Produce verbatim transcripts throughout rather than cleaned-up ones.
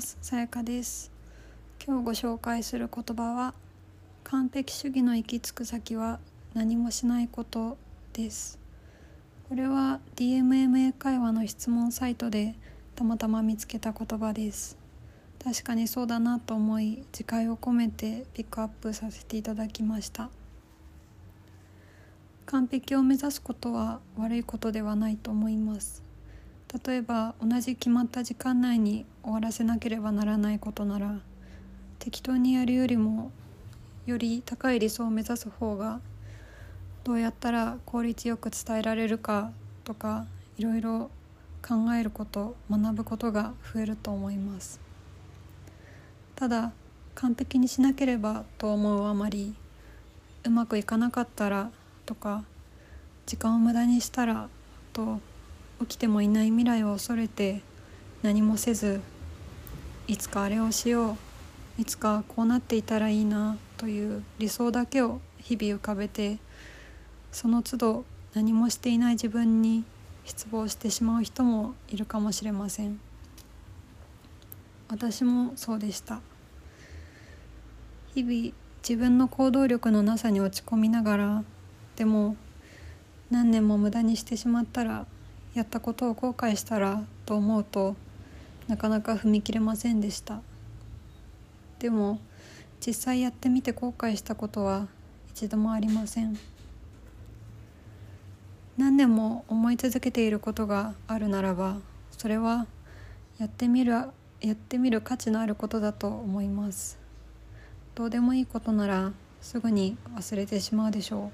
ます。さやかです。今日ご紹介する言葉は、完璧主義の行き着く先は何もしないことです。これは ディーエムエムエー 会話の質問サイトでたまたま見つけた言葉です。確かにそうだなと思い、自戒を込めてピックアップさせていただきました。完璧を目指すことは悪いことではないと思います。例えば同じ決まった時間内に終わらせなければならないことなら、適当にやるよりもより高い理想を目指す方が、どうやったら効率よく伝えられるかとか、いろいろ考えること、学ぶことが増えると思います。ただ完璧にしなければと思うあまり、うまくいかなかったらとか、時間を無駄にしたらと起きてもいない未来を恐れて何もせず、いつかあれをしよう、いつかこうなっていたらいいなという理想だけを日々浮かべて、その都度何もしていない自分に失望してしまう人もいるかもしれません。私もそうでした。日々自分の行動力のなさに落ち込みながら、でも何年も無駄にしてしまったら、やったことを後悔したらと思うと、なかなか踏み切れませんでした。でも実際やってみて後悔したことは一度もありません。何年も思い続けていることがあるならば、それはやってみる、やってみる価値のあることだと思います。どうでもいいことならすぐに忘れてしまうでしょう。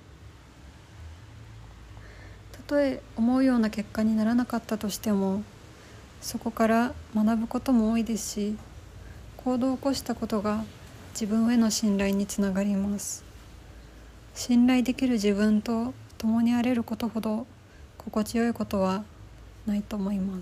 たとえ思うような結果にならなかったとしても、そこから学ぶことも多いですし、行動を起こしたことが自分への信頼につながります。信頼できる自分と共にあれることほど心地よいことはないと思います。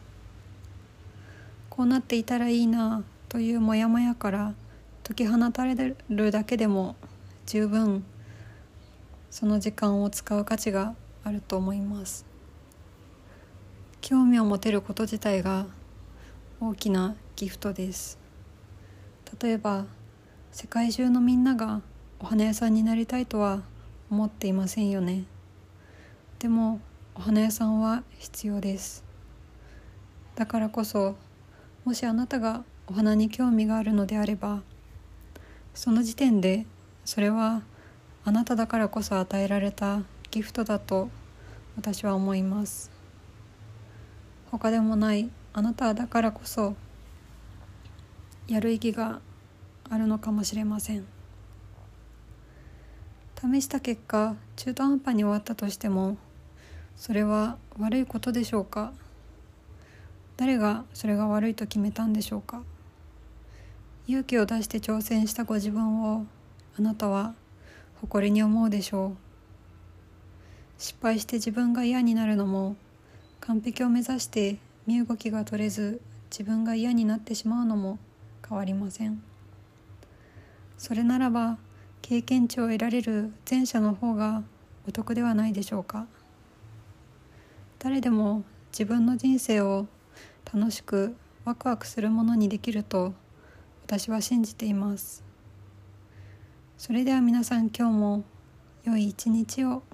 こうなっていたらいいなというモヤモヤから解き放たれるだけでも十分その時間を使う価値があると思います。興味を持てること自体が大きなギフトです。例えば世界中のみんながお花屋さんになりたいとは思っていませんよね。でもお花屋さんは必要です。だからこそ、もしあなたがお花に興味があるのであれば、その時点でそれはあなただからこそ与えられたギフトだと私は思います。他でもないあなただからこそやる意義があるのかもしれません。試した結果中途半端に終わったとしても、それは悪いことでしょうか。誰がそれが悪いと決めたんでしょうか。勇気を出して挑戦したご自分をあなたは誇りに思うでしょう。失敗して自分が嫌になるのも、完璧を目指して身動きが取れず自分が嫌になってしまうのも変わりません。それならば経験値を得られる前者の方がお得ではないでしょうか。誰でも自分の人生を楽しくワクワクするものにできると私は信じています。それでは皆さん、今日も良い一日を。